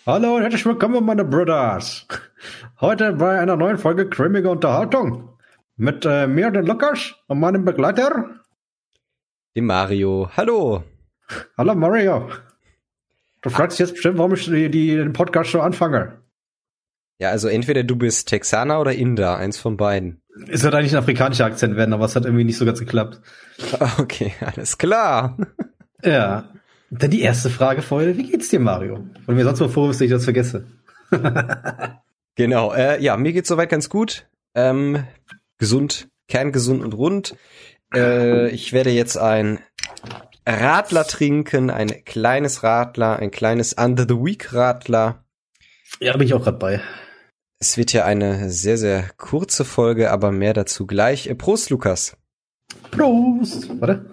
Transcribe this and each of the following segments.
Hallo und herzlich willkommen, meine Brothers. Heute bei einer neuen Folge Cremige Unterhaltung. Mit mir, den Lukas, und meinem Begleiter, dem Mario. Hallo. Hallo Mario. Du fragst dich jetzt bestimmt, warum ich den Podcast so anfange. Ja, also entweder du bist Texaner oder Inder, eins von beiden. Es wird eigentlich ein afrikanischer Akzent werden, aber es hat irgendwie nicht so ganz geklappt. Okay, alles klar. Ja. Dann die erste Frage für heute. Wie geht's dir, Mario? Und mir sonst mal vor, dass ich das vergesse. Genau, ja, mir geht's soweit ganz gut. Gesund, kerngesund und rund. Ich werde jetzt ein Radler trinken, ein kleines Radler, ein kleines Under the Week Radler. Ja, bin ich auch gerade bei. Es wird ja eine sehr, sehr kurze Folge, aber mehr dazu gleich. Prost, Lukas. Prost. Warte.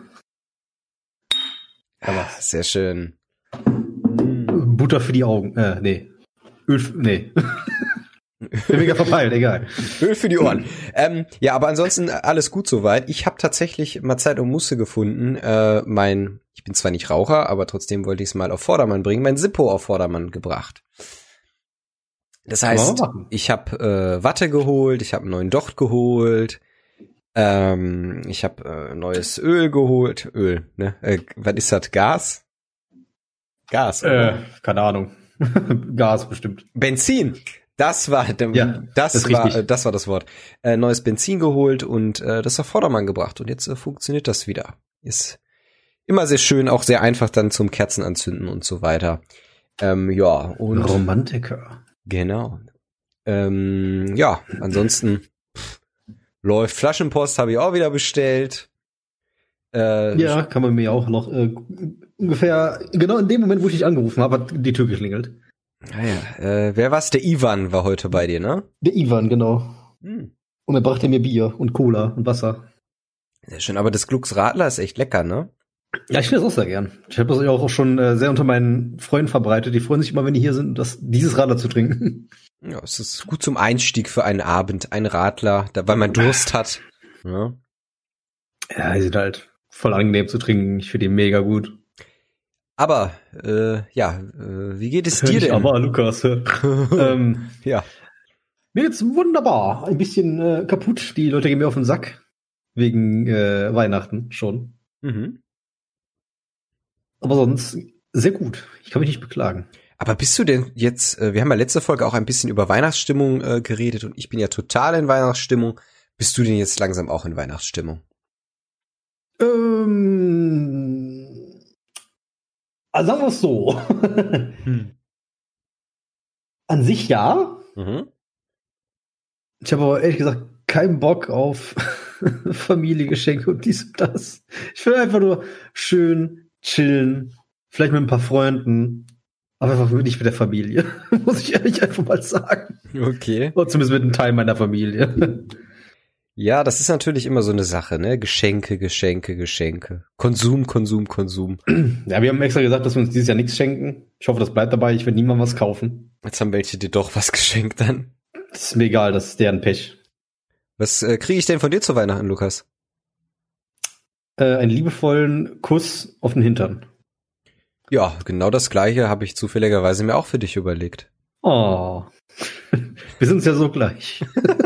Sehr schön. Butter für die Augen. Nee. Öl nee. Bin mega verpeilt, egal. Öl für die Ohren. Ja, aber ansonsten alles gut soweit. Ich habe tatsächlich mal Zeit und Muße gefunden. Ich bin zwar nicht Raucher, aber trotzdem wollte ich es mal auf Vordermann bringen. Mein Zippo auf Vordermann gebracht. Das heißt, ich habe Watte geholt, ich habe einen neuen Docht geholt, ich habe neues Öl geholt. Öl, ne? Was ist das? Gas? Gas, oder? Keine Ahnung. Gas bestimmt. Benzin. Das war das Wort. Neues Benzin geholt und das auf Vordermann gebracht. Und jetzt funktioniert das wieder. Ist immer sehr schön, auch sehr einfach dann zum Kerzen anzünden und so weiter. Ja, und Romantiker. Genau. Ja, ansonsten läuft Flaschenpost, habe ich auch wieder bestellt. Ja, kann man mir auch noch ungefähr, genau in dem Moment, wo ich dich angerufen habe, hat die Tür geklingelt. Naja, wer war's? Der Ivan war heute bei dir, ne? Der Ivan, genau. Und er brachte mir Bier und Cola und Wasser. Sehr schön, aber das Glücks Radler ist echt lecker, ne? Ja, ich finde das auch sehr gern. Ich habe das auch schon sehr unter meinen Freunden verbreitet. Die freuen sich immer, wenn die hier sind, dieses Radler zu trinken. Ja, es ist gut zum Einstieg für einen Abend, ein Radler, weil man Durst hat. Ja, die sind halt voll angenehm zu trinken. Ich finde die mega gut. Aber, wie geht es dir denn? Aber, Lukas. Ja. Mir geht's wunderbar. Ein bisschen kaputt. Die Leute gehen mir auf den Sack. Wegen Weihnachten schon. Mhm. Aber sonst sehr gut. Ich kann mich nicht beklagen. Aber bist du denn jetzt, wir haben ja letzte Folge auch ein bisschen über Weihnachtsstimmung geredet und ich bin ja total in Weihnachtsstimmung. Bist du denn jetzt langsam auch in Weihnachtsstimmung? Also sagen wir es so. An sich ja. Mhm. Ich habe aber ehrlich gesagt keinen Bock auf Familie, Geschenke und dies und das. Ich will einfach nur schön chillen, vielleicht mit ein paar Freunden, aber einfach nicht mit der Familie, muss ich ehrlich einfach mal sagen. Okay. Oder zumindest mit einem Teil meiner Familie. Ja, das ist natürlich immer so eine Sache, ne? Geschenke. Konsum. Ja, wir haben extra gesagt, dass wir uns dieses Jahr nichts schenken. Ich hoffe, das bleibt dabei. Ich werde niemandem was kaufen. Jetzt haben welche dir doch was geschenkt dann. Das ist mir egal, das ist deren Pech. Was kriege ich denn von dir zu Weihnachten, Lukas? Einen liebevollen Kuss auf den Hintern. Ja, genau das Gleiche habe ich zufälligerweise mir auch für dich überlegt. Oh, wir sind uns ja so gleich.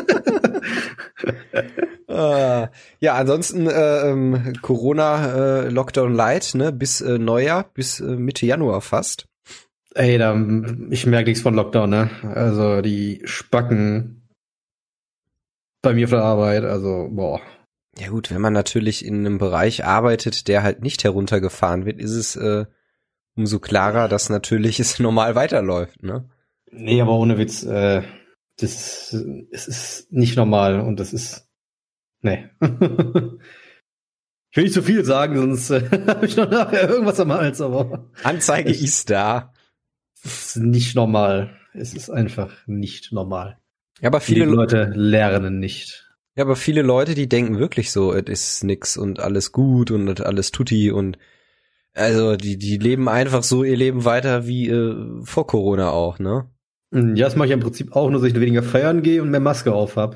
Ja, ansonsten Corona Lockdown Light, ne, bis Neujahr, bis Mitte Januar fast. Ey, ich merke nichts von Lockdown, ne? Also die Spacken bei mir auf der Arbeit, also boah. Ja gut, wenn man natürlich in einem Bereich arbeitet, der halt nicht heruntergefahren wird, ist es umso klarer, dass natürlich es normal weiterläuft, ne? Nee, aber ohne Witz, es ist nicht normal und das ist, nee. Ich will nicht zu viel sagen, sonst habe ich noch nachher irgendwas am Hals, aber Anzeige ist da. Es ist nicht normal. Es ist einfach nicht normal. Ja, aber viele Leute lernen nicht. Ja, aber viele Leute, die denken wirklich so, es ist nix und alles gut und alles tutti und also die leben einfach so ihr Leben weiter wie vor Corona auch, ne? Ja, das mache ich im Prinzip auch, nur dass ich weniger feiern gehe und mehr Maske auf hab.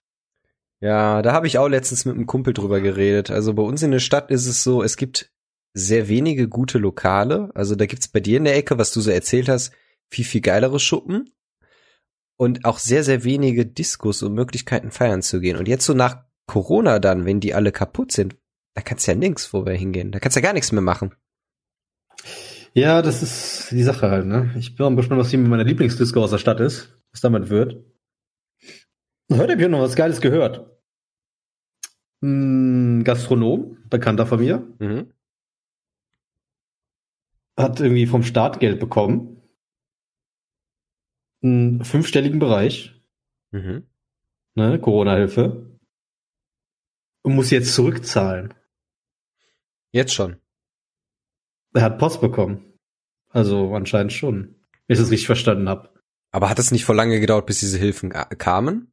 Ja, da habe ich auch letztens mit einem Kumpel drüber geredet. Also bei uns in der Stadt ist es so, es gibt sehr wenige gute Lokale. Also da gibt's bei dir in der Ecke, was du so erzählt hast, viel geilere Schuppen. Und auch sehr, sehr wenige Diskos und Möglichkeiten feiern zu gehen. Und jetzt so nach Corona dann, wenn die alle kaputt sind, da kannst du ja nirgends, wo wir hingehen. Da kannst du ja gar nichts mehr machen. Ja, das ist die Sache halt, ne? Ich bin auch gespannt, was hier mit meiner Lieblingsdisco aus der Stadt ist. Was damit wird. Heute habe ich noch was Geiles gehört. Ein Gastronom, Bekannter von mir, hat irgendwie vom Staat Geld bekommen. Einen 5-stelligen Bereich. Ne, Corona-Hilfe. Und muss jetzt zurückzahlen. Jetzt schon. Er hat Post bekommen. Also anscheinend schon. Wenn ich das richtig verstanden habe. Aber hat es nicht vor lange gedauert, bis diese Hilfen kamen?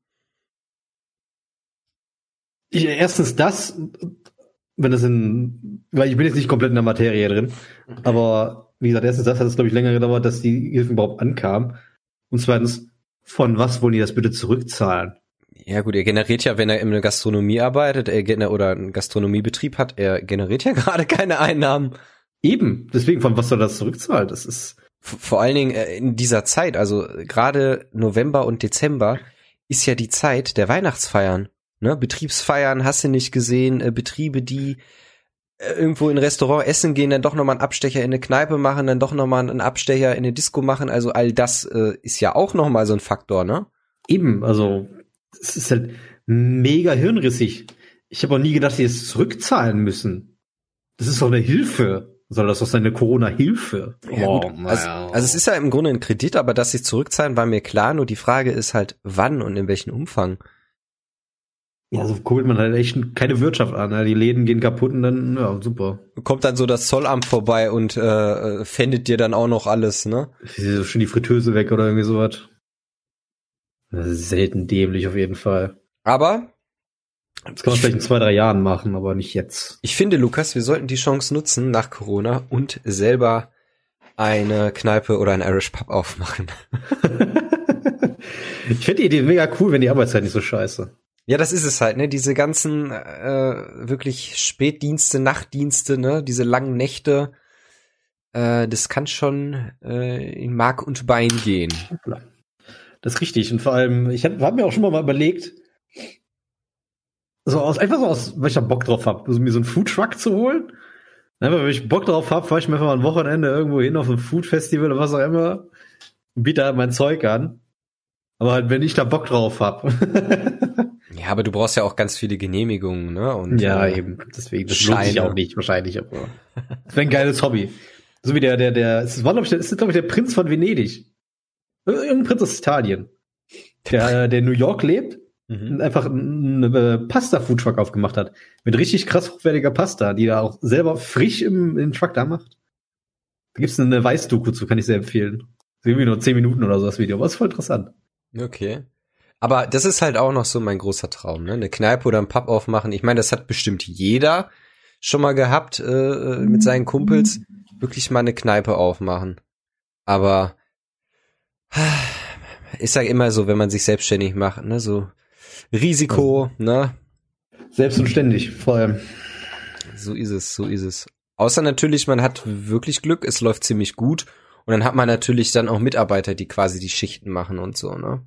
Erstens das, wenn es weil ich bin jetzt nicht komplett in der Materie drin, aber wie gesagt, erstens das hat es, glaube ich, länger gedauert, dass die Hilfen überhaupt ankamen. Und zweitens, von was wollen die das bitte zurückzahlen? Ja gut, er generiert ja, wenn er in der Gastronomie arbeitet, oder einen Gastronomiebetrieb hat, er generiert ja gerade keine Einnahmen. Eben, deswegen, von was soll das zurückzahlen? Das ist vor allen Dingen in dieser Zeit, also gerade November und Dezember, ist ja die Zeit der Weihnachtsfeiern. Ne? Betriebsfeiern hast du nicht gesehen, Betriebe, die irgendwo in ein Restaurant essen gehen, dann doch nochmal einen Abstecher in eine Kneipe machen, dann doch nochmal einen Abstecher in eine Disco machen, also all das ist ja auch nochmal so ein Faktor, ne? Eben, also es ist halt mega hirnrissig. Ich habe auch nie gedacht, die es zurückzahlen müssen. Das ist doch eine Hilfe. Soll das doch sein, eine Corona-Hilfe? Ja, gut. Also es ist ja im Grunde ein Kredit, aber dass sie zurückzahlen, war mir klar. Nur die Frage ist halt, wann und in welchem Umfang. Ja, so kurbelt man halt echt keine Wirtschaft an. Ja. Die Läden gehen kaputt und dann, ja, super. Kommt dann so das Zollamt vorbei und pfändet dir dann auch noch alles, ne? So schon die Fritteuse weg oder irgendwie sowas. Das ist selten dämlich auf jeden Fall. Aber das kann man vielleicht in 2-3 Jahren machen, aber nicht jetzt. Ich finde, Lukas, wir sollten die Chance nutzen nach Corona und selber eine Kneipe oder ein Irish Pub aufmachen. Ich finde die Idee mega cool, wenn die Arbeitszeit nicht so scheiße. Ja, das ist es halt, ne? Diese ganzen wirklich Spätdienste, Nachtdienste, ne? Diese langen Nächte, das kann schon in Mark und Bein gehen. Das ist richtig. Und vor allem, ich hab mir auch schon mal überlegt, weil ich da Bock drauf hab, also mir so einen Foodtruck zu holen. Einfach, wenn ich Bock drauf hab, fahr ich mir einfach mal ein Wochenende irgendwo hin auf ein Food-Festival oder was auch immer und biete halt mein Zeug an. Aber halt, wenn ich da Bock drauf hab. Ja, aber du brauchst ja auch ganz viele Genehmigungen, ne? Und, ja, eben. Deswegen, das lohnt sich auch nicht, wahrscheinlich. Aber das wäre ein geiles Hobby. So wie es ist, glaube ich, der Prinz von Venedig. Irgendein Prinz aus Italien. Der in New York lebt. Und einfach eine Pasta-Food-Truck aufgemacht hat. Mit richtig krass hochwertiger Pasta, die er auch selber frisch im Truck da macht. Da gibt's eine Weißdoku zu, kann ich sehr empfehlen. Irgendwie nur 10 Minuten oder so das Video, aber ist voll interessant. Okay. Aber das ist halt auch noch so mein großer Traum, ne? Eine Kneipe oder ein Pub aufmachen. Ich meine, das hat bestimmt jeder schon mal gehabt mit seinen Kumpels. Wirklich mal eine Kneipe aufmachen. Aber ich sag immer so, wenn man sich selbstständig macht, ne, so Risiko, ne? Selbst und ständig, vor allem. So ist es. Außer natürlich, man hat wirklich Glück, es läuft ziemlich gut. Und dann hat man natürlich dann auch Mitarbeiter, die quasi die Schichten machen und so, ne?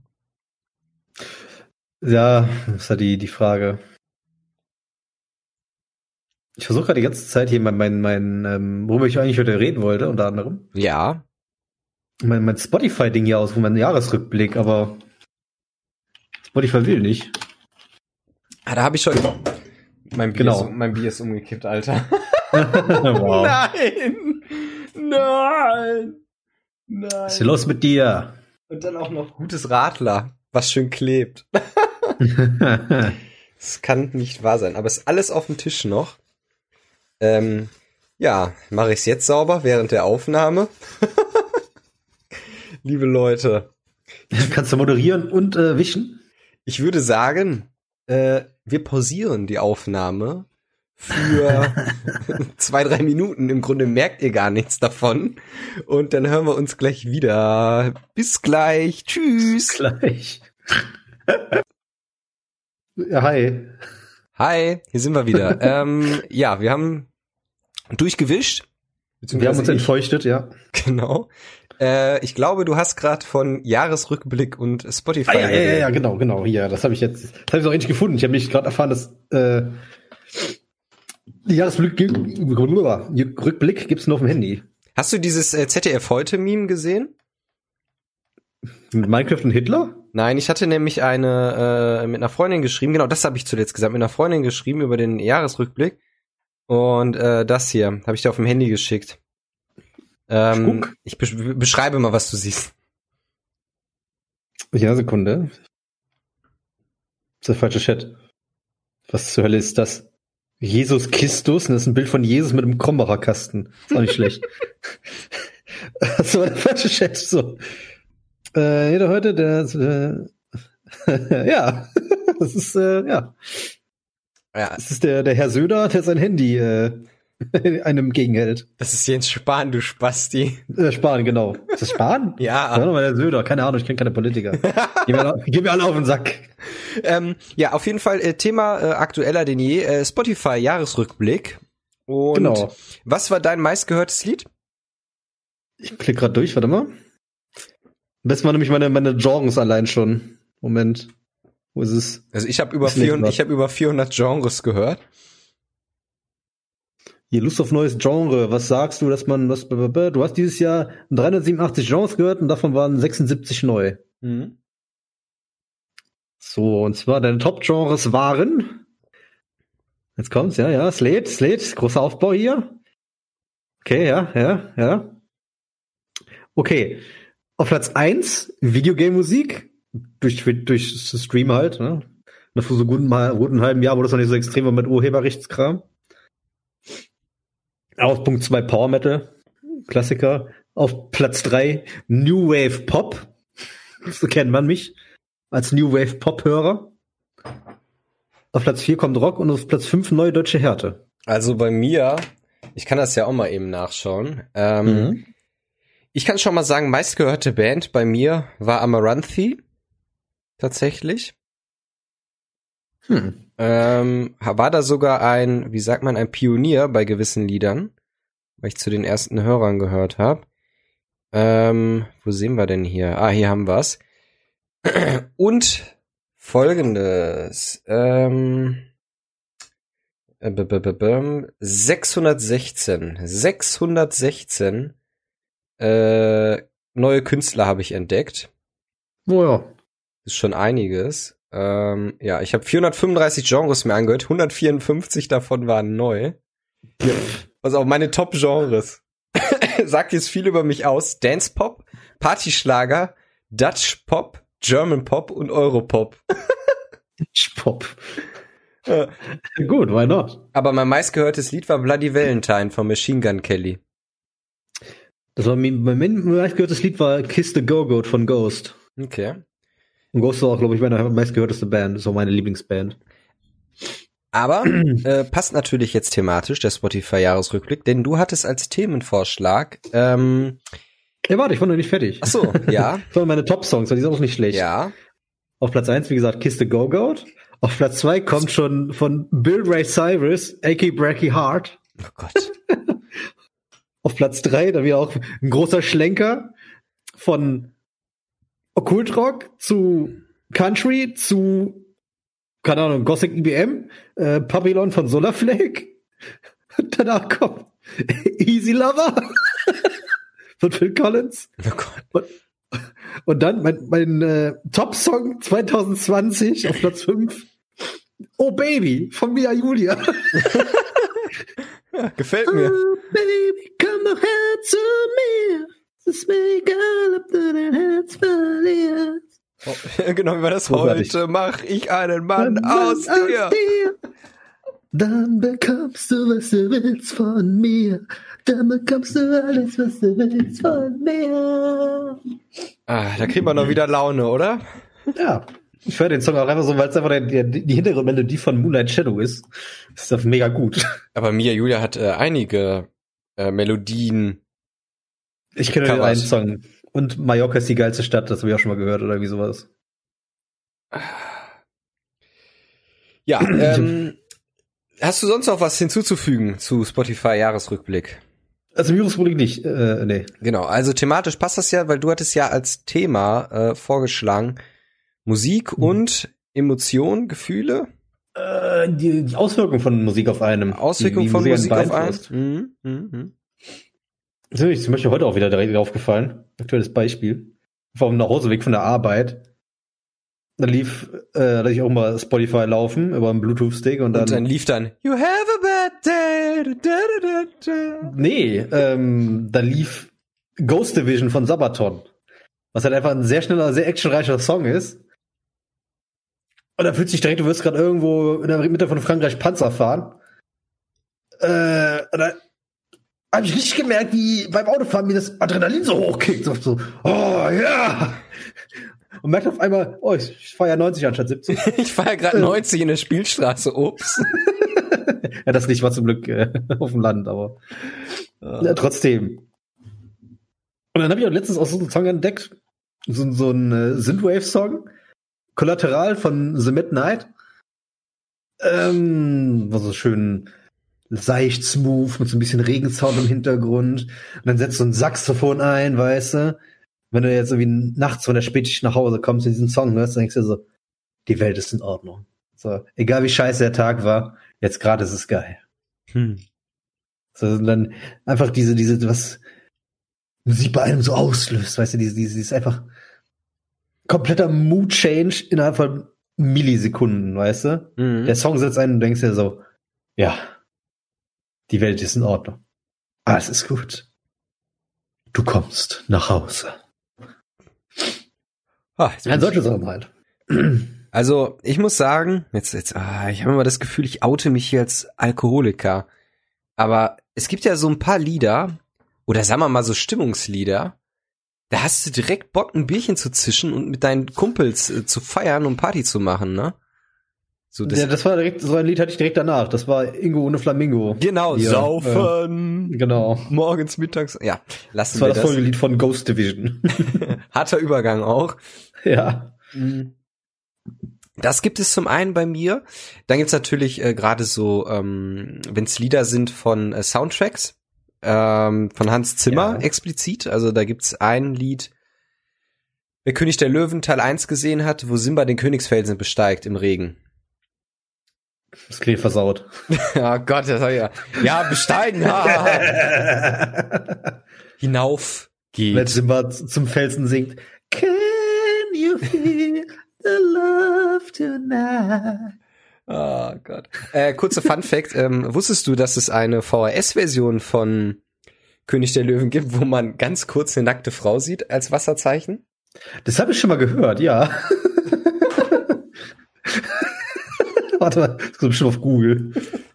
Ja, das ist halt die Frage. Ich versuche gerade die ganze Zeit hier worüber ich eigentlich heute reden wollte, unter anderem. Ja. Mein Spotify-Ding hier aus, mein Jahresrückblick, aber Spotify will nicht. Ah, da habe ich schon. Mein Bier ist umgekippt, Alter. Wow. Nein. Was ist denn los mit dir? Und dann auch noch gutes Radler, was schön klebt. Das kann nicht wahr sein, aber es ist alles auf dem Tisch noch. Ja, mache ich es jetzt sauber während der Aufnahme. Liebe Leute. Kannst du moderieren und wischen? Ich würde sagen, wir pausieren die Aufnahme für 2-3 Minuten. Im Grunde merkt ihr gar nichts davon. Und dann hören wir uns gleich wieder. Bis gleich. Tschüss. Bis gleich. Ja, hi. Hi, hier sind wir wieder. Ja, wir haben durchgewischt. Wir haben uns entfeuchtet, ja. Genau. Ich glaube, du hast gerade von Jahresrückblick und Spotify. Ja, genau. Ja, das habe ich auch endlich gefunden. Ich habe mich gerade erfahren, dass Jahresrückblick gibt's nur auf dem Handy. Hast du dieses ZDF heute-Meme gesehen? Mit Minecraft und Hitler? Nein, ich hatte nämlich mit einer Freundin geschrieben, genau, das habe ich zuletzt gesagt, mit einer Freundin geschrieben über den Jahresrückblick. Und das hier habe ich dir auf dem Handy geschickt. Ich beschreibe mal, was du siehst. Ja, Sekunde. Das ist der falsche Chat. Was zur Hölle ist das? Jesus Christus, das ist ein Bild von Jesus mit einem Krombacher Kasten. Ist auch nicht schlecht. Das war der falsche Chat. So. Jeder heute, ja, das ist, ja. Das ist der Herr Söder, der sein Handy einem gegenhält. Das ist Jens Spahn, du Spasti. Spahn, genau. Ist das Spahn? Ja. Ja, der Söder, keine Ahnung, ich kenne keine Politiker. Gehen wir alle auf den Sack. Ja, auf jeden Fall Thema aktueller denn je, Spotify Jahresrückblick. Und genau. Was war dein meistgehörtes Lied? Ich klicke gerade durch, warte mal. Am besten war nämlich meine Genres allein schon. Moment. Wo ist es? Also ich habe über 400 Genres gehört. Hier, Lust auf neues Genre. Was sagst du, dass man du hast dieses Jahr 387 Genres gehört und davon waren 76 neu. Mhm. So, und zwar deine Top-Genres waren, jetzt kommt's, ja, Slate, großer Aufbau hier. Okay, ja. Okay, auf Platz 1 Videogame-Musik, durch Stream halt, ne? Nach so guten halben Jahr, wo das noch nicht so extrem war mit Urheberrechtskram. Auf Punkt 2 Power Metal, Klassiker. Auf Platz 3 New Wave Pop, so kennt man mich als New Wave Pop-Hörer. Auf Platz 4 kommt Rock und auf Platz 5 Neue Deutsche Härte. Also bei mir, ich kann das ja auch mal eben nachschauen. Ich kann schon mal sagen, meistgehörte Band bei mir war Amaranthi. Tatsächlich. War da sogar ein Pionier bei gewissen Liedern, weil ich zu den ersten Hörern gehört habe. Wo sehen wir denn hier? Hier haben wir's. Und Folgendes. 616 neue Künstler habe ich entdeckt. Oh ja. Ist schon einiges. Ja, ich habe 435 Genres mir angehört, 154 davon waren neu. Also auch meine Top-Genres. Sagt jetzt viel über mich aus. Dance Pop, Partyschlager, Dutch Pop, German Pop und Europop. Dutch Pop. Gut, why not? Aber mein meistgehörtes Lied war Bloody Valentine von Machine Gun Kelly. Mein meistgehörtes Lied war Kiss the Go-Goat von Ghost. Okay. Und Ghost war auch, glaube ich, meine meistgehörteste Band. So meine Lieblingsband. Aber passt natürlich jetzt thematisch, der Spotify-Jahresrückblick, denn du hattest als Themenvorschlag warte, ich war noch nicht fertig. Ach so, ja. Das waren meine Top-Songs, die sind auch nicht schlecht. Ja. Auf Platz 1, wie gesagt, Kiss the Go-Goat. Auf Platz 2 kommt schon von Bill Ray Cyrus, Achy Breaky Heart. Oh Gott. Auf Platz 3, da wieder auch ein großer Schlenker von Okkultrock zu Country zu, keine Ahnung, Gothic EBM, Babylon von Solarflake. Und danach kommt Easy Lover von Phil Collins. Oh Gott. Und dann mein Top-Song 2020 auf Platz 5. Oh Baby von Mia Julia. Ja, gefällt mir. Oh Baby, komm doch her zu mir. Das egal, ob du dein Herz verlierst. Oh, genau wie war das heute? Mach ich einen Mann aus dir. Dann bekommst du, was du willst von mir. Dann bekommst du alles, was du willst von mir. Da kriegt man noch wieder Laune, oder? Ja. Ich höre den Song auch einfach so, weil es einfach die Hintergrundmelodie von Moonlight Shadow ist. Das ist einfach mega gut. Aber Mia Julia hat einige Melodien. Ich kenne nur den einen Song. Und Mallorca ist die geilste Stadt, das habe ich auch schon mal gehört, oder wie sowas. Ja, Hast du sonst noch was hinzuzufügen zu Spotify-Jahresrückblick? Also Jahresrückblick nicht, nee. Genau, also thematisch passt das ja, weil du hattest ja als Thema vorgeschlagen Musik und Emotionen, Gefühle. Die Auswirkung von Musik auf einem. Auswirkung von Musik auf einem. Das ist mir zum Beispiel heute auch wieder direkt aufgefallen. Aktuelles Beispiel. Auf dem Nachhauseweg von der Arbeit. Da hatte ich auch mal Spotify laufen über einen Bluetooth-Stick und dann lief dann You have a bad day. Nee, da lief Ghost Division von Sabaton. Was halt einfach ein sehr schneller, sehr actionreicher Song ist. Und da fühlt sich direkt, du wirst gerade irgendwo in der Mitte von Frankreich Panzer fahren. Und da habe ich richtig gemerkt, wie beim Autofahren mir das Adrenalin so hochkickt. So, oh ja! Und merkt auf einmal, oh, ich fahre ja 90 anstatt 70. Ich fahre ja gerade 90 in der Spielstraße, ups. Ja, das nicht war zum Glück auf dem Land, aber trotzdem. Und dann habe ich auch letztens auch so einen Song entdeckt, so ein Synthwave-Song, Kollateral von The Midnight. War so schön seicht, smooth, mit so ein bisschen Regensound im Hintergrund. Und dann setzt so ein Saxophon ein, weißt du? Wenn du jetzt irgendwie nachts von der Spätschicht nach Hause kommst und diesen Song hörst, dann denkst du dir so, die Welt ist in Ordnung. So, egal wie scheiße der Tag war, jetzt gerade ist es geil. So, und dann einfach diese, was Musik bei einem so auslöst, weißt du, dieses einfach kompletter Mood-Change innerhalb von Millisekunden, weißt du? Der Song setzt ein und du denkst dir so, ja, die Welt ist in Ordnung. Alles ist gut. Du kommst nach Hause. Ein solches Song halt. Also, ich muss sagen, ich habe immer das Gefühl, ich oute mich hier als Alkoholiker. Aber es gibt ja so ein paar Lieder, oder sagen wir mal so Stimmungslieder, da hast du direkt Bock, ein Bierchen zu zischen und mit deinen Kumpels zu feiern und Party zu machen, ne? So, das war direkt, so ein Lied hatte ich direkt danach. Das war Ingo ohne Flamingo. Genau, hier, saufen. Genau. Morgens, mittags. Ja, lassen wir das. Das war das Folgelied von Ghost Division. Harter Übergang auch. Ja. Das gibt es zum einen bei mir. Dann gibt's natürlich gerade so, wenn es Lieder sind von Soundtracks, von Hans Zimmer explizit. Also da gibt's ein Lied, wer König der Löwen Teil 1 gesehen hat, wo Simba den Königsfelsen besteigt im Regen. Das klingt versaut. Oh Gott, das hab ich ja. Ja, besteigen. Hinauf geht. Wenn Simba zum Felsen singt. Can you feel the love tonight? Oh Gott. Kurzer Fun Fact. Wusstest du, dass es eine VHS-Version von König der Löwen gibt, wo man ganz kurz eine nackte Frau sieht als Wasserzeichen? Das habe ich schon mal gehört, ja. Warte mal, das kommt bestimmt auf Google.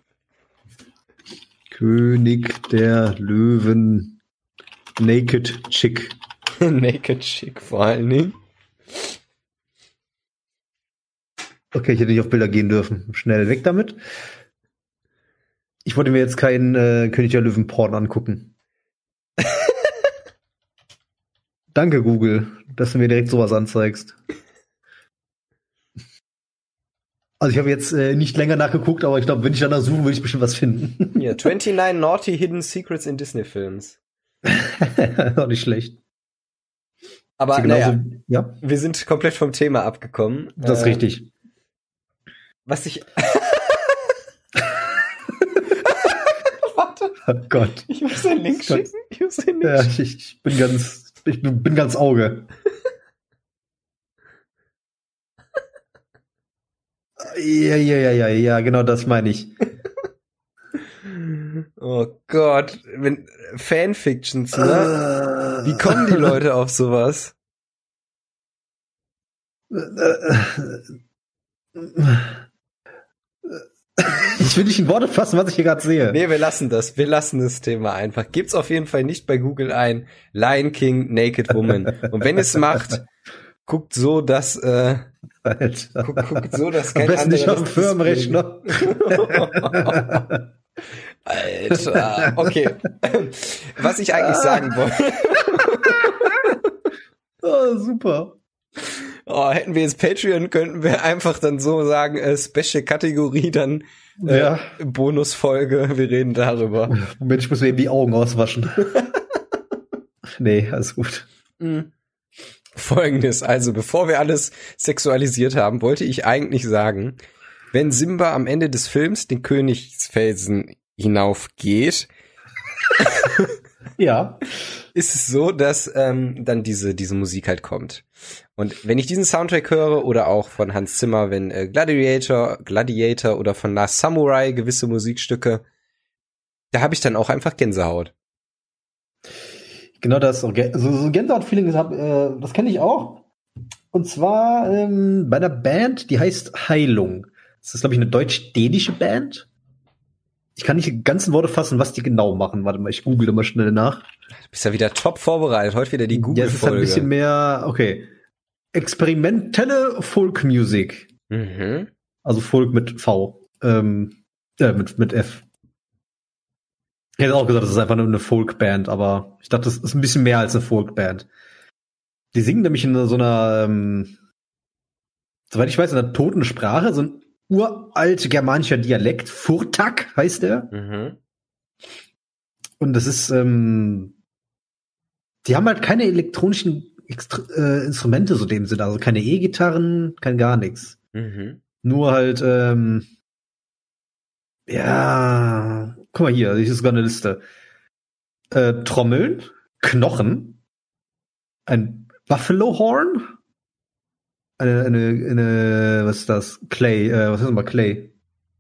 König der Löwen Naked Chick. Naked Chick vor allen Dingen. Okay, ich hätte nicht auf Bilder gehen dürfen. Schnell weg damit. Ich wollte mir jetzt keinen König der Löwen Porn angucken. Danke, Google, dass du mir direkt sowas anzeigst. Also ich habe jetzt nicht länger nachgeguckt, aber ich glaube, wenn ich danach suche, würde ich bestimmt was finden. Ja, 29 Naughty Hidden Secrets in Disney Films. Auch nicht schlecht. Aber naja, ja. Wir sind komplett vom Thema abgekommen. Das ist richtig. Was ich... Warte. Oh Gott. Ich muss den Link schicken. Ja, ich bin ganz Auge. Ja, genau das meine ich. Oh Gott, wenn Fanfictions, ne? Wie kommen die Leute auf sowas? Ich will nicht in Worte fassen, was ich hier gerade sehe. Nee, wir lassen das Thema einfach. Gibt's auf jeden Fall nicht bei Google ein. Lion King, Naked Woman. Und wenn es macht, guckt so, dass Alter. Guckt so, dass kein am besten nicht auf dem das Firmenrechner. Alter, okay. Was ich eigentlich sagen wollte. Oh, super. Oh, hätten wir jetzt Patreon, könnten wir einfach dann so sagen, Special-Kategorie, dann Bonusfolge, wir reden darüber. Moment, ich muss mir eben die Augen auswaschen. Nee, alles gut. Folgendes, also bevor wir alles sexualisiert haben, wollte ich eigentlich sagen, wenn Simba am Ende des Films den Königsfelsen hinaufgeht, ja, ist es so, dass dann diese Musik halt kommt. Und wenn ich diesen Soundtrack höre oder auch von Hans Zimmer, wenn Gladiator oder von Last Samurai gewisse Musikstücke, da habe ich dann auch einfach Gänsehaut. Genau das. So Gänsehaut-Feeling, das kenne ich auch. Und zwar bei einer Band, die heißt Heilung. Das ist, glaube ich, eine deutsch-dänische Band. Ich kann nicht die ganzen Worte fassen, was die genau machen. Warte mal, ich google mal schnell nach. Du bist ja wieder top vorbereitet. Heute wieder die Google-Folge. Ja, es ist halt ein bisschen mehr, okay. Experimentelle Folk-Music. Mhm. Also Folk mit V. Mit F. Ich hätte auch gesagt, das ist einfach nur eine Folk-Band, aber ich dachte, das ist ein bisschen mehr als eine Folk-Band. Die singen nämlich in so einer, soweit ich weiß, in einer toten Sprache, so ein uralt germanischer Dialekt. Furtak heißt der. Mhm. Und das ist, die haben halt keine elektronischen Instrumente so dem Sinne, also keine E-Gitarren, kein gar nichts. Mhm. Nur halt, ja, guck mal hier, das ist sogar eine Liste. Trommeln, Knochen, ein Buffalo Horn, eine, was ist das? Clay, was ist nochmal Clay?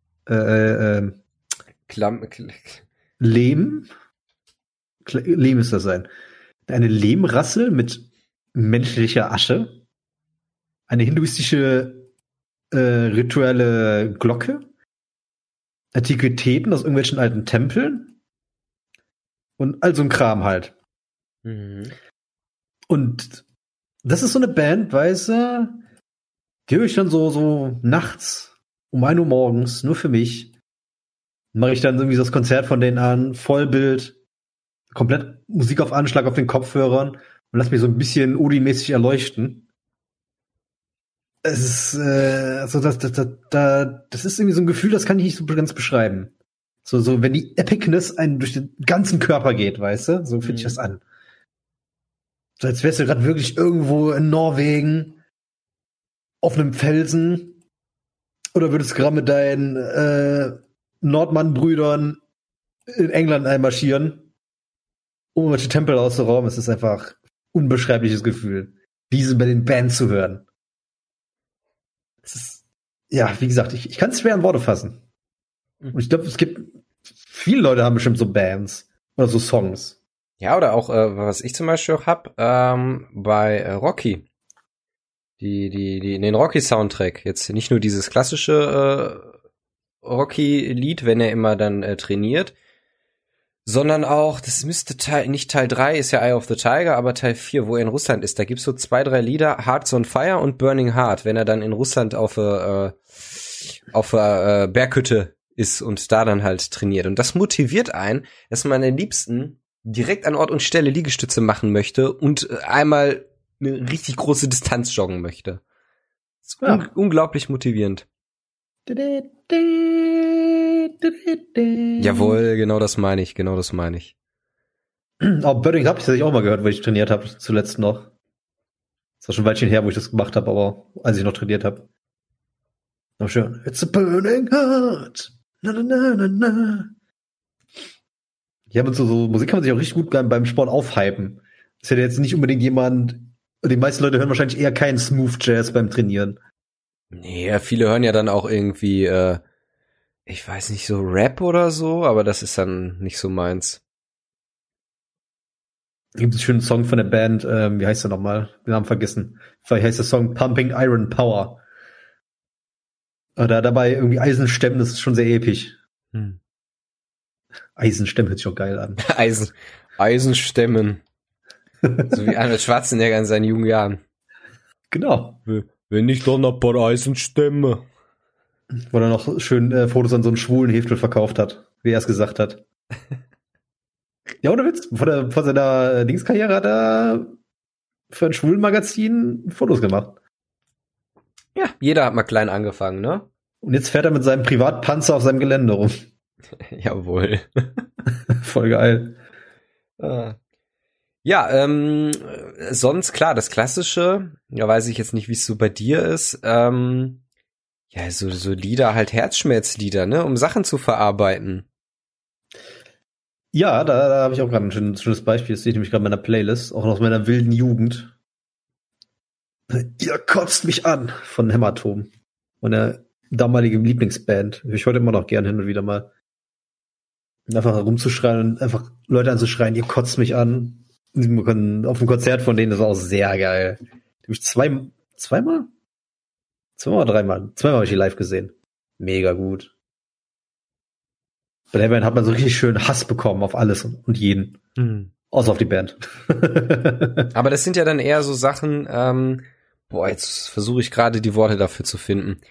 Lehm? Lehm ist das sein. Eine Lehmrassel mit menschlicher Asche, eine hinduistische rituelle Glocke, Antiquitäten aus irgendwelchen alten Tempeln und all so ein Kram halt. Mhm. Und das ist so eine Band, weißt du, die höre ich dann so nachts um 1 Uhr morgens, nur für mich. Mache ich dann irgendwie das Konzert von denen an, Vollbild, komplett Musik auf Anschlag auf den Kopfhörern und lass mich so ein bisschen Odin-mäßig erleuchten. Es ist also das ist irgendwie so ein Gefühl, das kann ich nicht so ganz beschreiben. So wenn die Epicness einen durch den ganzen Körper geht, weißt du? So fühlt sich das an. So als wärst du gerade wirklich irgendwo in Norwegen auf einem Felsen oder würdest gerade mit deinen Nordmann-Brüdern in England einmarschieren, um irgendwelche Tempel auszurauben. Es ist einfach unbeschreibliches Gefühl, diese bei den Bands zu hören. Es ist, ja, wie gesagt, ich kann es schwer in Worte fassen. Und ich glaube, es gibt viele Leute haben bestimmt so Bands oder so Songs. Ja, oder auch, was ich zum Beispiel auch hab, bei Rocky. Den Rocky-Soundtrack. Jetzt nicht nur dieses klassische Rocky-Lied, wenn er immer dann trainiert, sondern auch, das müsste nicht Teil 3 ist ja Eye of the Tiger, aber Teil 4, wo er in Russland ist, da gibt's so 2, 3 Lieder, Hearts on Fire und Burning Heart, wenn er dann in Russland auf Berghütte ist und da dann halt trainiert. Und das motiviert einen, dass man am liebsten direkt an Ort und Stelle Liegestütze machen möchte und einmal eine richtig große Distanz joggen möchte. Das ist unglaublich motivierend. Jawohl, genau das meine ich. Aber Burning habe ich tatsächlich auch mal gehört, wo ich trainiert habe, zuletzt noch. Das war schon ein Weilchen her, wo ich das gemacht habe, aber als ich noch trainiert habe. Aber schön. It's a burning heart. Na, na, na, na, na. Ja, mit so Musik kann man sich auch richtig gut beim Sport aufhypen. Das ist ja jetzt nicht unbedingt jemand, die meisten Leute hören wahrscheinlich eher keinen Smooth Jazz beim Trainieren. Nee, viele hören ja dann auch irgendwie, ich weiß nicht, so Rap oder so, aber das ist dann nicht so meins. Gibt es einen schönen Song von der Band, wie heißt der nochmal? Den Namen vergessen. Vielleicht heißt der Song Pumping Iron Power. Oder dabei irgendwie Eisenstemmen, das ist schon sehr episch. Eisenstemmen hört sich auch geil an. Eisenstemmen. So wie Arnold Schwarzenegger in seinen jungen Jahren. Genau. Wenn ich dann ein paar Eisenstämme. Wo er noch schön Fotos an so einem schwulen Heftel verkauft hat, wie er es gesagt hat. Ja, ohne Witz. Vor seiner Dingskarriere hat er für ein schwulen Magazin Fotos gemacht. Ja, jeder hat mal klein angefangen, ne? Und jetzt fährt er mit seinem Privatpanzer auf seinem Gelände rum. Jawohl. Voll geil. Ja, sonst klar, das Klassische, da weiß ich jetzt nicht, wie es so bei dir ist, ja, so Lieder, halt Herzschmerzlieder, ne, um Sachen zu verarbeiten. Ja, da habe ich auch gerade ein schönes Beispiel. Das sehe ich nämlich gerade in meiner Playlist, auch aus meiner wilden Jugend. Ihr kotzt mich an von Hämatom. Meine damalige Lieblingsband. Höre ich heute immer noch gern hin und wieder mal. Einfach rumzuschreien und einfach Leute anzuschreien, ihr kotzt mich an. Auf dem Konzert von denen, das war auch sehr geil. Habe ich zweimal oder dreimal? Zweimal habe ich die live gesehen. Mega gut. Bei der Band hat man so richtig schön Hass bekommen auf alles und jeden. Außer auf die Band. Aber das sind ja dann eher so Sachen, jetzt versuche ich gerade die Worte dafür zu finden.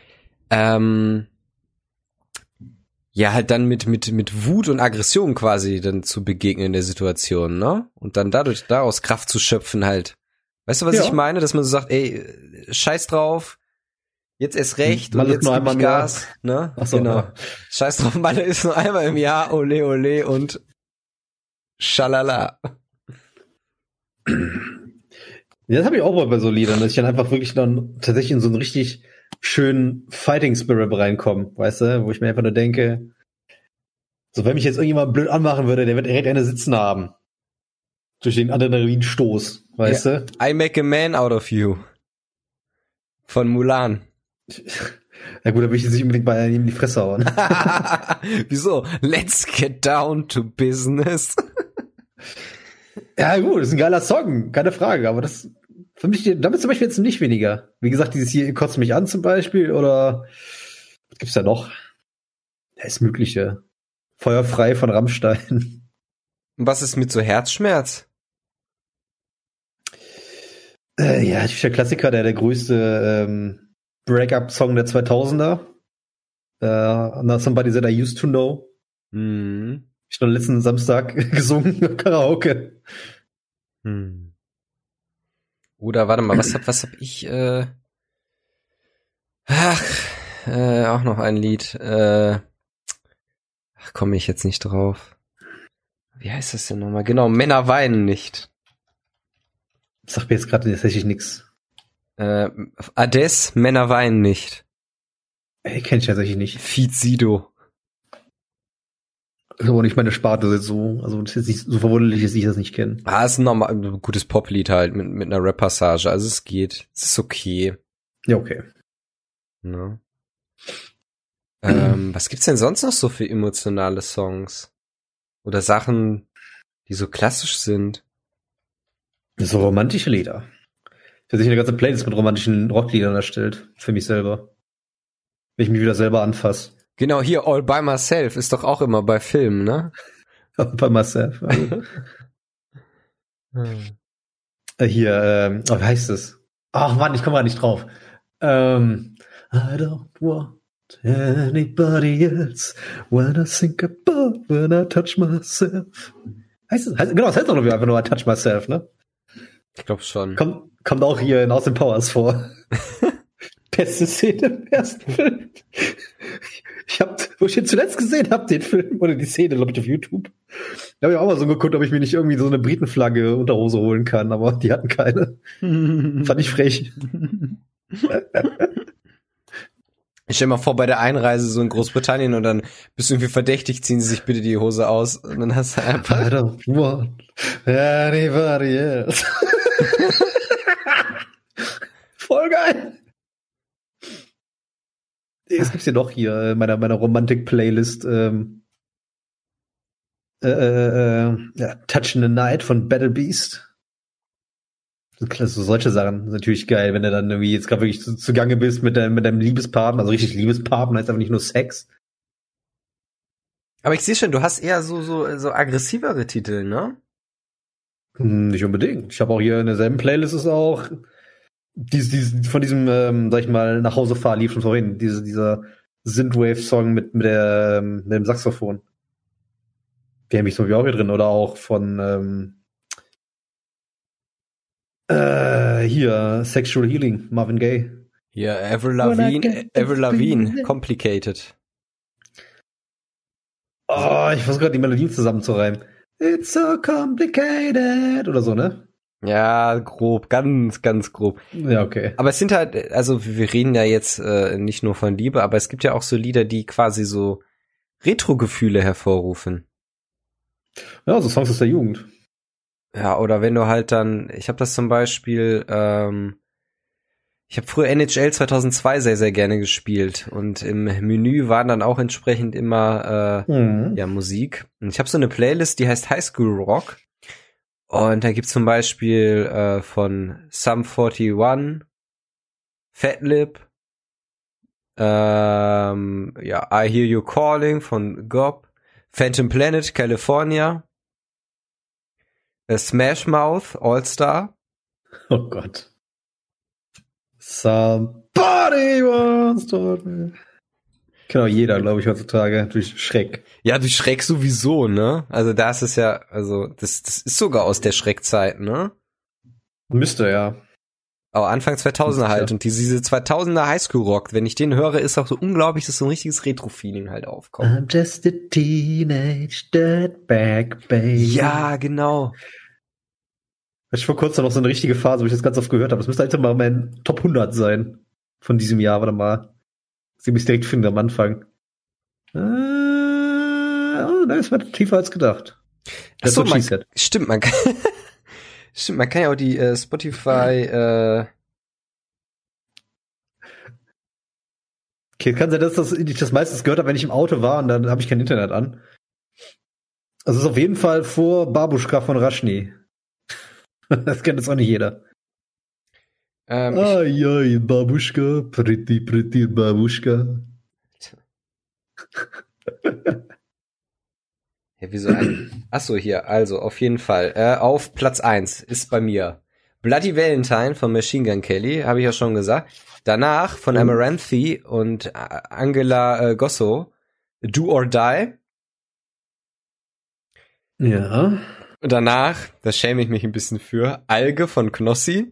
Ja, halt dann mit Wut und Aggression quasi dann zu begegnen in der Situation, ne? Und dann daraus Kraft zu schöpfen halt. Weißt du, was ich meine? Dass man so sagt, ey, scheiß drauf, jetzt erst recht und jetzt gib ich Gas, ne? Ach so, genau. Ja. Scheiß drauf, Malle ist nur einmal im Jahr, ole ole und schalala. Ja, das habe ich auch mal bei so Liedern, dass ich dann einfach wirklich dann tatsächlich in so einen richtig schönen Fighting Spirit reinkomme, weißt du? Wo ich mir einfach nur denke, so wenn mich jetzt irgendjemand blöd anmachen würde, der wird direkt eine Sitzen haben. Durch den Adrenalinstoß, weißt du? I make a man out of you. Von Mulan. Ja gut, da will ich jetzt nicht unbedingt bei ihm in die Fresse hauen. Wieso? Let's get down to business. Ja gut, das ist ein geiler Song, keine Frage, aber das für mich, damit zum Beispiel jetzt nicht weniger. Wie gesagt, dieses hier kotzt mich an zum Beispiel oder was gibt's da noch? Da ist Mögliche. Feuerfrei von Rammstein. Und was ist mit so Herzschmerz? Ja, der Klassiker, der größte Break-up-Song der 2000er. Somebody That I Used to Know. Ich noch letzten Samstag gesungen, Karaoke. Oder warte mal, was hab ich? Auch noch ein Lied. Komme ich jetzt nicht drauf. Wie heißt das denn nochmal? Genau, Männer weinen nicht. Das sagt mir jetzt gerade tatsächlich nichts. Ades, Männer weinen nicht. Kenn ich tatsächlich nicht. Feed Sido. Das ist aber nicht meine Sparte so. Also das ist nicht so verwunderlich, dass ich das nicht kenne. Ist ein gutes Poplied halt mit einer Rap-Passage. Also es geht. Es ist okay. Ja, okay. Ne? Was gibt's denn sonst noch so für emotionale Songs? Oder Sachen, die so klassisch sind? So romantische Lieder. Ich habe sich eine ganze Playlist mit romantischen Rockliedern erstellt. Für mich selber. Wenn ich mich wieder selber anfasse. Genau, hier All By Myself ist doch auch immer bei Filmen, ne? By Myself. Hier, wie heißt es? Ach Mann, ich komme mal nicht drauf. I don't want anybody else when I think about when I touch myself. Genau, das heißt doch einfach nur I touch myself, ne? Ich glaube schon. Kommt auch hier in Austin Powers vor. Beste Szene im ersten Film. Wo ich ihn zuletzt gesehen habe, den Film, oder die Szene, glaube ich, auf YouTube. Da habe ich auch mal so geguckt, ob ich mir nicht irgendwie so eine Britenflagge Unterhose holen kann, aber die hatten keine. Fand ich frech. Ich stell mal vor, bei der Einreise so in Großbritannien und dann bist du irgendwie verdächtig, ziehen sie sich bitte die Hose aus und dann hast du einfach... I don't want anybody else. Voll geil. Es gibt's hier noch hier meiner Romantik-Playlist Touch in the Night von Battle Beast. So solche Sachen sind natürlich geil, wenn du dann irgendwie jetzt gerade wirklich zugange bist mit deinem Liebespartner, also richtig Liebespartner, ist aber nicht nur Sex. Aber ich sehe schon, du hast eher so aggressivere Titel, ne? Nicht unbedingt. Ich habe auch hier in derselben Playlist ist auch von diesem, sag ich mal, nach Hause fahr lief schon vorhin, dieser Synthwave-Song mit dem Saxophon. Die habe ich so wie auch hier drin. Oder auch von hier, Sexual Healing, Marvin Gaye. Ja, Avril Lavigne, Complicated. Oh, ich versuche gerade die Melodien zusammenzureimen. It's so complicated. Oder so, ne? Ja, grob, ganz, ganz grob. Ja, okay. Aber es sind halt, also wir reden ja jetzt nicht nur von Liebe, aber es gibt ja auch so Lieder, die quasi so Retro-Gefühle hervorrufen. Ja, so Songs aus der Jugend. Ja, oder wenn du halt dann, ich habe das zum Beispiel, ich habe früher NHL 2002 sehr, sehr gerne gespielt und im Menü waren dann auch entsprechend immer ja Musik. Und ich habe so eine Playlist, die heißt High School Rock. Und da gibt's zum Beispiel von Sum 41, Fatlip, ja, I Hear You Calling von Gob, Phantom Planet, California, Smash Mouth, All Star. Oh Gott. Somebody wants to... Genau, jeder, glaube ich, heutzutage durch Schreck. Ja, durch Schreck sowieso, ne? Also da ist es ja, also das ist sogar aus der Schreckzeit, ne? Müsste, ja. Aber Anfang 2000er halt. Und diese 2000er Highschool-Rock, wenn ich den höre, ist auch so unglaublich, dass so ein richtiges Retro-Feeling halt aufkommt. I'm just a teenage dirtbag baby. Ja, genau. Ich vor kurzem noch so eine richtige Phase, wo ich das ganz oft gehört habe. Das müsste einfach mal mein Top 100 sein von diesem Jahr. Warte mal. Sie mich direkt finden am Anfang. Oh, das war tiefer als gedacht. Achso, stimmt, man kann ja auch die Spotify Okay, kann sein, dass ich das meistens gehört habe, wenn ich im Auto war und dann habe ich kein Internet an. Also es ist auf jeden Fall vor Babuschka von Rashni. Das kennt jetzt auch nicht jeder. Ai, Babuschka, pretty Babuschka. Ja, wieso ein? Achso, hier, also auf jeden Fall. Auf Platz 1 ist bei mir Bloody Valentine von Machine Gun Kelly, habe ich ja schon gesagt. Danach von Amaranthi und Angela Gosso, Do or Die. Ja. Und danach, da schäme ich mich ein bisschen für, Alge von Knossi.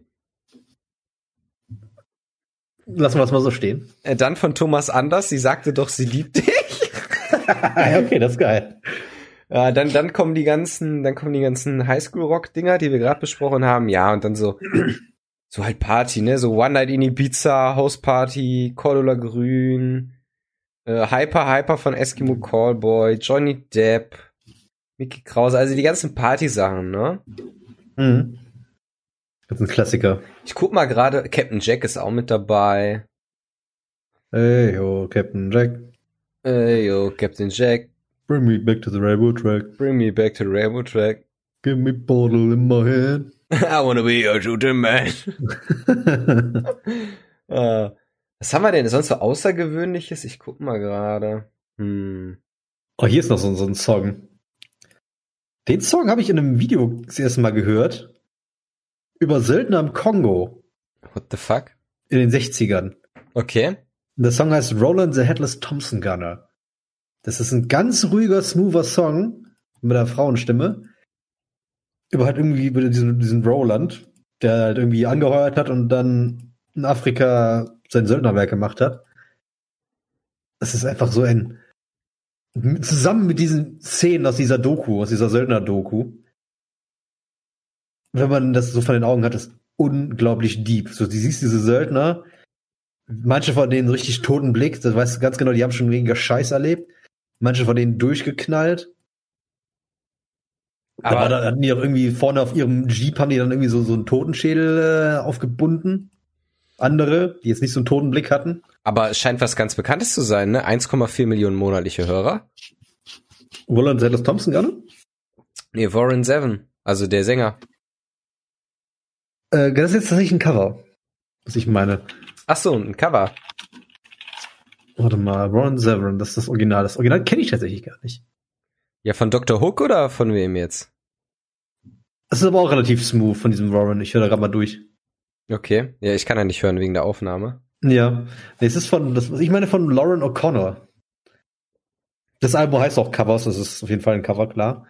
Lassen wir das mal so stehen. Dann von Thomas Anders, sie sagte doch, sie liebt dich. Ja, okay, das ist geil. Dann kommen die ganzen Highschool-Rock-Dinger, die wir gerade besprochen haben. Ja, und dann so halt Party, ne? So One Night in Ibiza, House Party, Cordula Grün, Hyper von Eskimo Callboy, Johnny Depp, Mickey Krause, also die ganzen Party-Sachen, ne? Mhm. Das ist ein Klassiker. Ich guck mal gerade, Captain Jack ist auch mit dabei. Hey, yo, Captain Jack. Hey, yo, Captain Jack. Bring me back to the railroad track. Bring me back to the railroad track. Give me bottle in my hand. I wanna be your shooting man. Was haben wir denn sonst so Außergewöhnliches? Ich guck mal gerade. Oh, hier ist noch so ein Song. Den Song habe ich in einem Video das erste Mal gehört. Über Söldner im Kongo. What the fuck? In den 60ern. Okay. Der Song heißt Roland the Headless Thompson Gunner. Das ist ein ganz ruhiger, smoother Song mit einer Frauenstimme. Über halt irgendwie diesen Roland, der halt irgendwie angeheuert hat und dann in Afrika sein Söldnerwerk gemacht hat. Das ist einfach so zusammen mit diesen Szenen aus dieser Söldner-Doku, wenn man das so von den Augen hat, ist unglaublich deep. So, du siehst diese Söldner, manche von denen richtig toten Blick, das weißt du ganz genau, die haben schon weniger Scheiß erlebt. Manche von denen durchgeknallt. Aber da hatten die auch irgendwie vorne auf ihrem Jeep haben die dann irgendwie so einen Totenschädel aufgebunden. Andere, die jetzt nicht so einen toten Blick hatten. Aber es scheint was ganz Bekanntes zu sein, ne? 1,4 Millionen monatliche Hörer. Roland Headless Thompson Gunner? Nee, Warren Zevon, also der Sänger. Das ist jetzt tatsächlich ein Cover, was ich meine. Ach so, ein Cover. Warte mal, Warren Zevon, das ist das Original. Das Original kenne ich tatsächlich gar nicht. Ja, von Dr. Hook oder von wem jetzt? Das ist aber auch relativ smooth von diesem Warren. Ich höre da gerade mal durch. Okay. Ja, ich kann ja nicht hören wegen der Aufnahme. Ja. Nee, es ist ich meine von Lauren O'Connor. Das Album heißt auch Covers, das ist auf jeden Fall ein Cover, klar.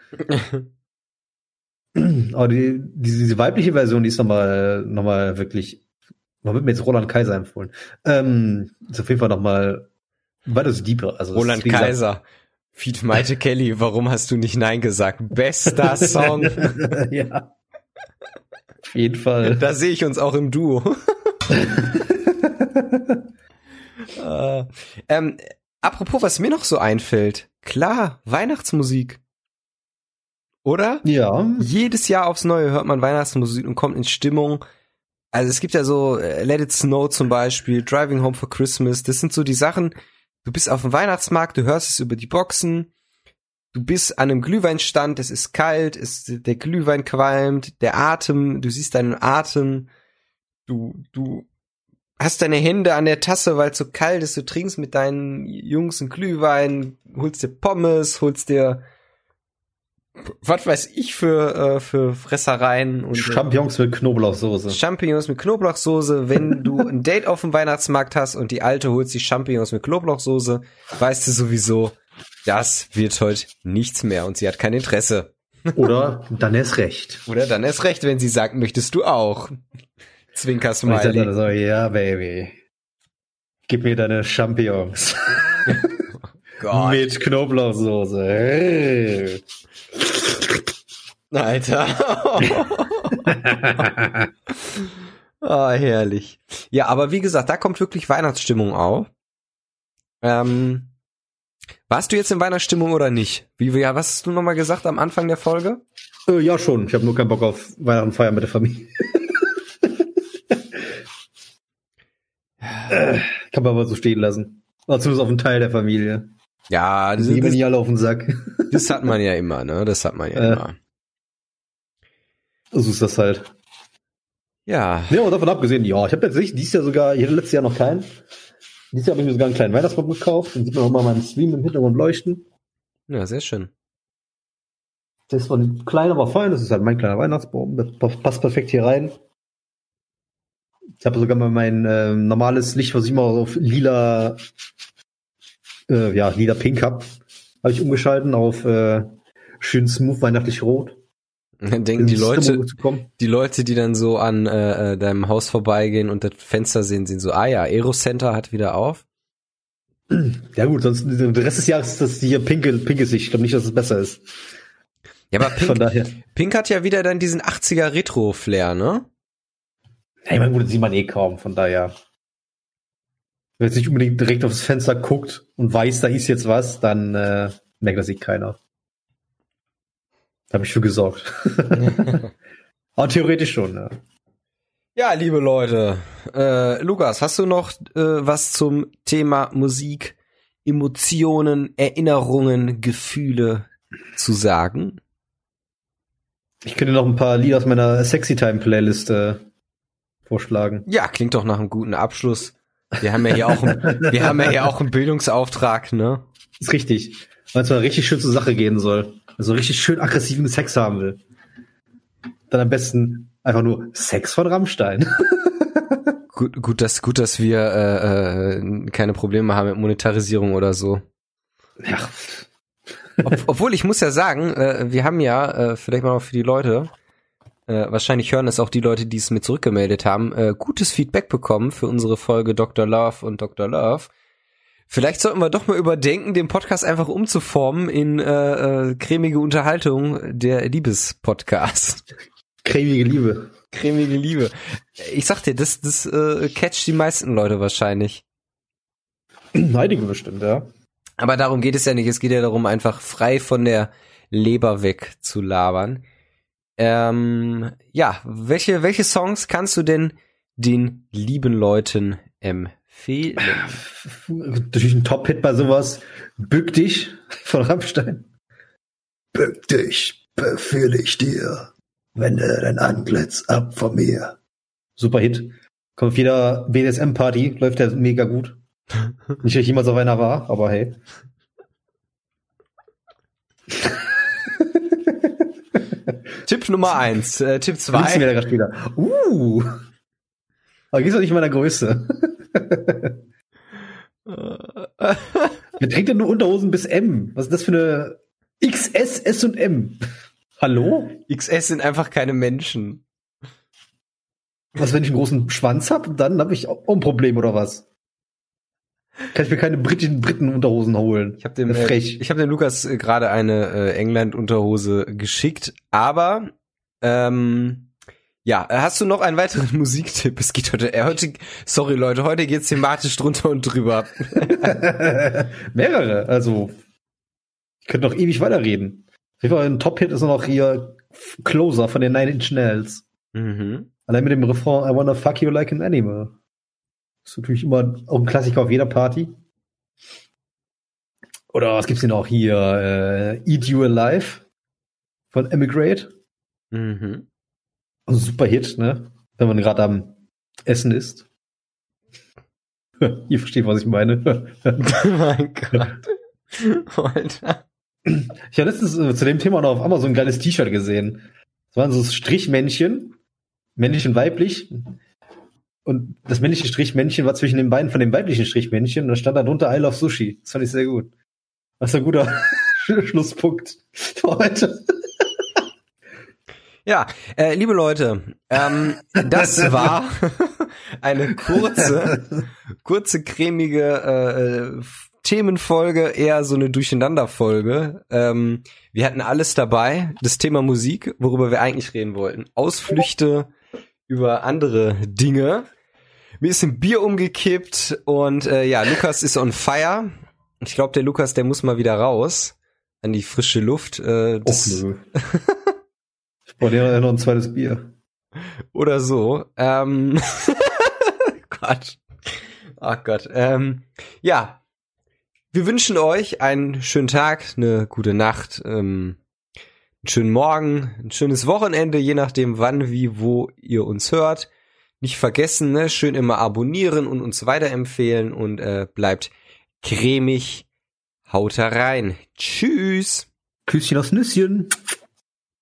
Aber diese weibliche Version, die ist noch mal wirklich Man wird mir jetzt Roland Kaiser empfohlen. Ist auf jeden Fall nochmal weitaus deeper. Also Roland Kaiser. Feat Maite Kelly, warum hast du nicht Nein gesagt? Bester Song. Ja. Auf jeden Fall. Da sehe ich uns auch im Duo. Apropos, was mir noch so einfällt. Klar, Weihnachtsmusik. Oder? Ja. Jedes Jahr aufs Neue hört man Weihnachtsmusik und kommt in Stimmung. Also es gibt ja so Let It Snow zum Beispiel, Driving Home for Christmas. Das sind so die Sachen, du bist auf dem Weihnachtsmarkt, du hörst es über die Boxen. Du bist an einem Glühweinstand, es ist kalt, der Glühwein qualmt, der Atem, du siehst deinen Atem. Du hast deine Hände an der Tasse, weil es so kalt ist. Du trinkst mit deinen Jungs einen Glühwein, holst dir Pommes, holst dir was weiß ich für Fressereien und Champignons mit Knoblauchsoße. Champignons mit Knoblauchsoße. Wenn du ein Date auf dem Weihnachtsmarkt hast und die Alte holt sich Champignons mit Knoblauchsoße, weißt du sowieso, das wird heute nichts mehr und sie hat kein Interesse. Oder dann erst recht. Oder dann erst recht, wenn sie sagt, möchtest du auch. Zwinker-Smiley. Und ich sag dann so, ja, Baby. Gib mir deine Champignons. Gott. Mit Knoblauchsoße. Hey. Alter. Ah, herrlich. Ja, aber wie gesagt, da kommt wirklich Weihnachtsstimmung auf. Warst du jetzt in Weihnachtsstimmung oder nicht? Was hast du nochmal gesagt am Anfang der Folge? Ja, schon. Ich habe nur keinen Bock auf Weihnachten feiern mit der Familie. Kann man aber so stehen lassen. Oder zumindest auf einen Teil der Familie. Ja, die gehen nicht alle auf den Sack. Das hat man ja immer, ne? Das hat man ja immer. So ist das halt. Ja. Ja, und davon abgesehen, ja, ich habe jetzt dieses Jahr sogar, ich hatte letztes Jahr noch keinen. Dieses Jahr habe ich mir sogar einen kleinen Weihnachtsbaum gekauft. Den sieht man auch mal meinen Stream im Hintergrund leuchten. Ja, sehr schön. Der ist zwar klein, aber fein. Das ist halt mein kleiner Weihnachtsbaum. Das passt perfekt hier rein. Ich habe sogar mal mein normales Licht, was ich immer auf lila pink habe ich umgeschalten auf schön smooth weihnachtlich rot. Dann denken die Leute, die dann so an deinem Haus vorbeigehen und das Fenster sehen so, ja, Aero Center hat wieder auf. Ja gut, sonst der Rest des Jahres ist das hier pinkes Licht. Ich glaube nicht, dass es besser ist. Ja, aber Pink hat ja wieder dann diesen 80er Retro-Flair, ne? Ja, ich meine, gut, das sieht man eh kaum, von daher. Wenn jetzt nicht unbedingt direkt aufs Fenster guckt und weiß, da ist jetzt was, dann merkt das eh keiner. Da habe ich für gesorgt. Aber theoretisch schon, ja. Ja, liebe Leute, Lukas, hast du noch was zum Thema Musik, Emotionen, Erinnerungen, Gefühle zu sagen? Ich könnte noch ein paar Lieder aus meiner Sexy Time Playlist vorschlagen. Ja, klingt doch nach einem guten Abschluss. Wir haben ja hier auch einen Bildungsauftrag, ne? Ist richtig. Weil es mal richtig schön zur Sache gehen soll. Also richtig schön aggressiven Sex haben will. Dann am besten einfach nur Sex von Rammstein. Gut, dass wir keine Probleme haben mit Monetarisierung oder so. Ja. Obwohl, ich muss ja sagen, wir haben ja, vielleicht mal noch für die Leute, wahrscheinlich hören es auch die Leute, die es mir zurückgemeldet haben, gutes Feedback bekommen für unsere Folge Dr. Love und Dr. Love. Vielleicht sollten wir doch mal überdenken, den Podcast einfach umzuformen in cremige Unterhaltung, der Liebespodcast. Cremige Liebe. Cremige Liebe. Ich sag dir, das catcht die meisten Leute wahrscheinlich. Einige bestimmt, ja. Aber darum geht es ja nicht. Es geht ja darum, einfach frei von der Leber weg zu labern. Ja, welche Songs kannst du denn den lieben Leuten empfehlen? Natürlich ein Top-Hit bei sowas. Bück dich von Rammstein. Bück dich, befehl ich dir. Wende dein Antlitz ab von mir. Super Hit. Kommt auf jeder BDSM-Party, läuft der mega gut. Nicht, dass ich jemals auf einer war, aber hey. Tipp Nummer 1. Tipp 2. Aber gehst du nicht in meiner Größe. Wer trägt denn nur Unterhosen bis M? Was ist das für eine XS, S und M? Hallo? XS sind einfach keine Menschen. Was, wenn ich einen großen Schwanz habe, dann habe ich auch ein Problem, oder was? Kann ich mir keine Briten-Unterhosen holen? Ich habe dem Lukas gerade eine England-Unterhose geschickt, aber ja, hast du noch einen weiteren Musiktipp? Es geht heute sorry Leute, heute geht's thematisch drunter und drüber. Mehrere, also ich könnte noch ewig weiterreden. Auf jeden Fall ein Top-Hit ist noch hier Closer von den Nine Inch Nails. Mhm. Allein mit dem Refrain I wanna fuck you like an animal. Das ist natürlich immer auch ein Klassiker auf jeder Party. Oder was gibt's denn auch hier? Eat You Alive von Emigrate. Mhm. Also super Hit, ne? Wenn man gerade am Essen ist. Ihr versteht, was ich meine. Oh mein Gott. Alter. Ich habe letztens zu dem Thema noch auf Amazon ein geiles T-Shirt gesehen. Das waren so Strichmännchen, männlich und weiblich. Und das männliche Strichmännchen war zwischen den Beinen von dem weiblichen Strichmännchen und da stand da drunter I love Sushi. Das fand ich sehr gut. Das ist ein guter Schlusspunkt für heute. Ja, liebe Leute, das war eine kurze, cremige Themenfolge, eher so eine Durcheinanderfolge. Wir hatten alles dabei, das Thema Musik, worüber wir eigentlich reden wollten. Ausflüchte über andere Dinge. Mir ist ein Bier umgekippt und ja, Lukas ist on fire. Ich glaube, der Lukas, der muss mal wieder raus an die frische Luft. Nö. Ich brauche ja noch ein zweites Bier. Oder so. Gott. Ach Gott. Ja. Wir wünschen euch einen schönen Tag, eine gute Nacht, einen schönen Morgen, ein schönes Wochenende, je nachdem wann, wie, wo ihr uns hört. Nicht vergessen, ne? Schön immer abonnieren und uns weiterempfehlen und bleibt cremig. Haut rein. Tschüss. Küsschen aufs Nüsschen.